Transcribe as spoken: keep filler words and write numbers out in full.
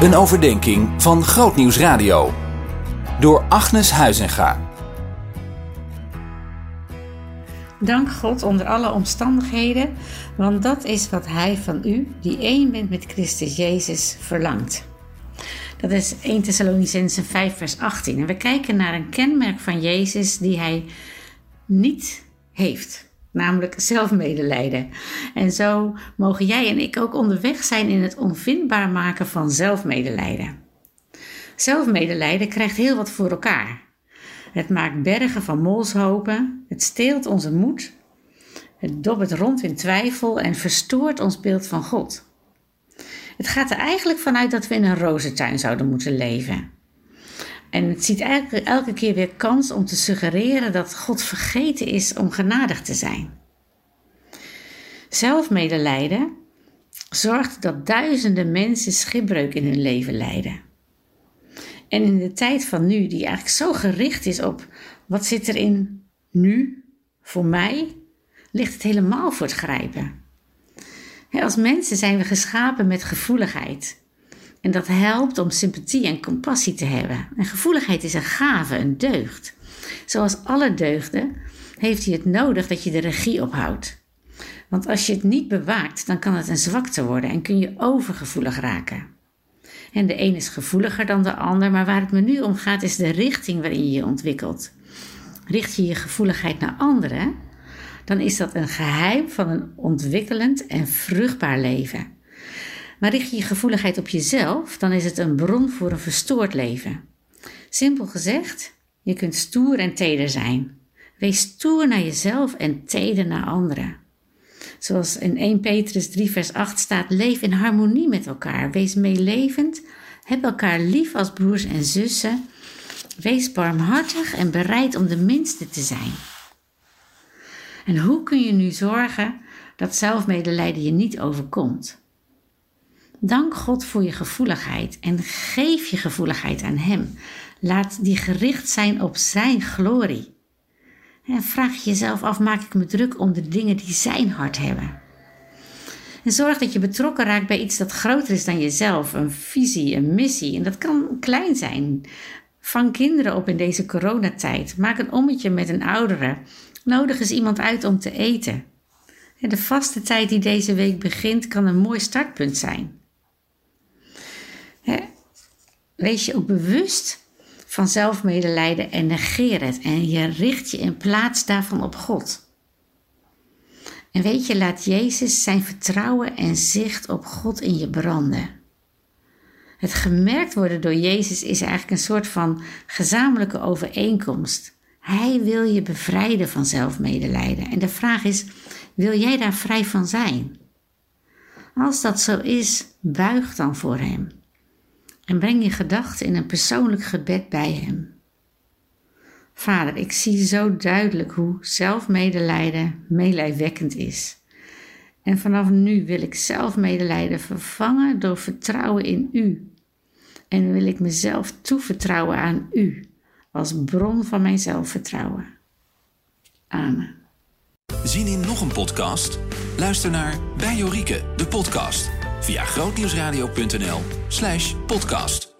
Een overdenking van Grootnieuws Radio. Door Agnes Huizinga. Dank God onder alle omstandigheden, want dat is wat Hij van u, die één bent met Christus Jezus, verlangt. Dat is Eerste Thessalonicenzen vijf vers achttien. En we kijken naar een kenmerk van Jezus die Hij niet heeft. Namelijk zelfmedelijden. En zo mogen jij en ik ook onderweg zijn in het onvindbaar maken van zelfmedelijden. Zelfmedelijden krijgt heel wat voor elkaar. Het maakt bergen van molshopen, het steelt onze moed, het dobbert rond in twijfel en verstoort ons beeld van God. Het gaat er eigenlijk vanuit dat we in een rozentuin zouden moeten leven. En het ziet eigenlijk elke keer weer kans om te suggereren dat God vergeten is om genadig te zijn. Zelfmedelijden zorgt dat duizenden mensen schipbreuk in hun leven lijden. En in de tijd van nu, die eigenlijk zo gericht is op wat zit er in nu voor mij, ligt het helemaal voor het grijpen. Als mensen zijn we geschapen met gevoeligheid. En dat helpt om sympathie en compassie te hebben. En gevoeligheid is een gave, een deugd. Zoals alle deugden heeft hij het nodig dat je de regie ophoudt. Want als je het niet bewaakt, dan kan het een zwakte worden en kun je overgevoelig raken. En de een is gevoeliger dan de ander, maar waar het me nu om gaat is de richting waarin je je ontwikkelt. Richt je je gevoeligheid naar anderen, dan is dat een geheim van een ontwikkelend en vruchtbaar leven. Maar richt je je gevoeligheid op jezelf, dan is het een bron voor een verstoord leven. Simpel gezegd, je kunt stoer en teder zijn. Wees stoer naar jezelf en teder naar anderen. Zoals in Eerste Petrus drie vers acht staat, leef in harmonie met elkaar. Wees meelevend, heb elkaar lief als broers en zussen. Wees barmhartig en bereid om de minste te zijn. En hoe kun je nu zorgen dat zelfmedelijden je niet overkomt? Dank God voor je gevoeligheid en geef je gevoeligheid aan Hem. Laat die gericht zijn op Zijn glorie. En vraag jezelf af, maak ik me druk om de dingen die Zijn hart hebben? En zorg dat je betrokken raakt bij iets dat groter is dan jezelf. Een visie, een missie. En dat kan klein zijn. Vang kinderen op in deze coronatijd. Maak een ommetje met een oudere. Nodig eens iemand uit om te eten. En de vaste tijd die deze week begint kan een mooi startpunt zijn. Wees je ook bewust van zelfmedelijden en negeer het. En je richt je in plaats daarvan op God. En weet je, laat Jezus zijn vertrouwen en zicht op God in je branden. Het gemerkt worden door Jezus is eigenlijk een soort van gezamenlijke overeenkomst. Hij wil je bevrijden van zelfmedelijden. En de vraag is, wil jij daar vrij van zijn? Als dat zo is, buig dan voor Hem. En breng je gedachten in een persoonlijk gebed bij Hem. Vader, ik zie zo duidelijk hoe zelfmedelijden meelijwekkend is. En vanaf nu wil ik zelfmedelijden vervangen door vertrouwen in U. En wil ik mezelf toevertrouwen aan U als bron van mijn zelfvertrouwen. Amen. Zien in nog een podcast? Luister naar Bij Jorike, de podcast. Via grootnieuwsradio.nl slash podcast.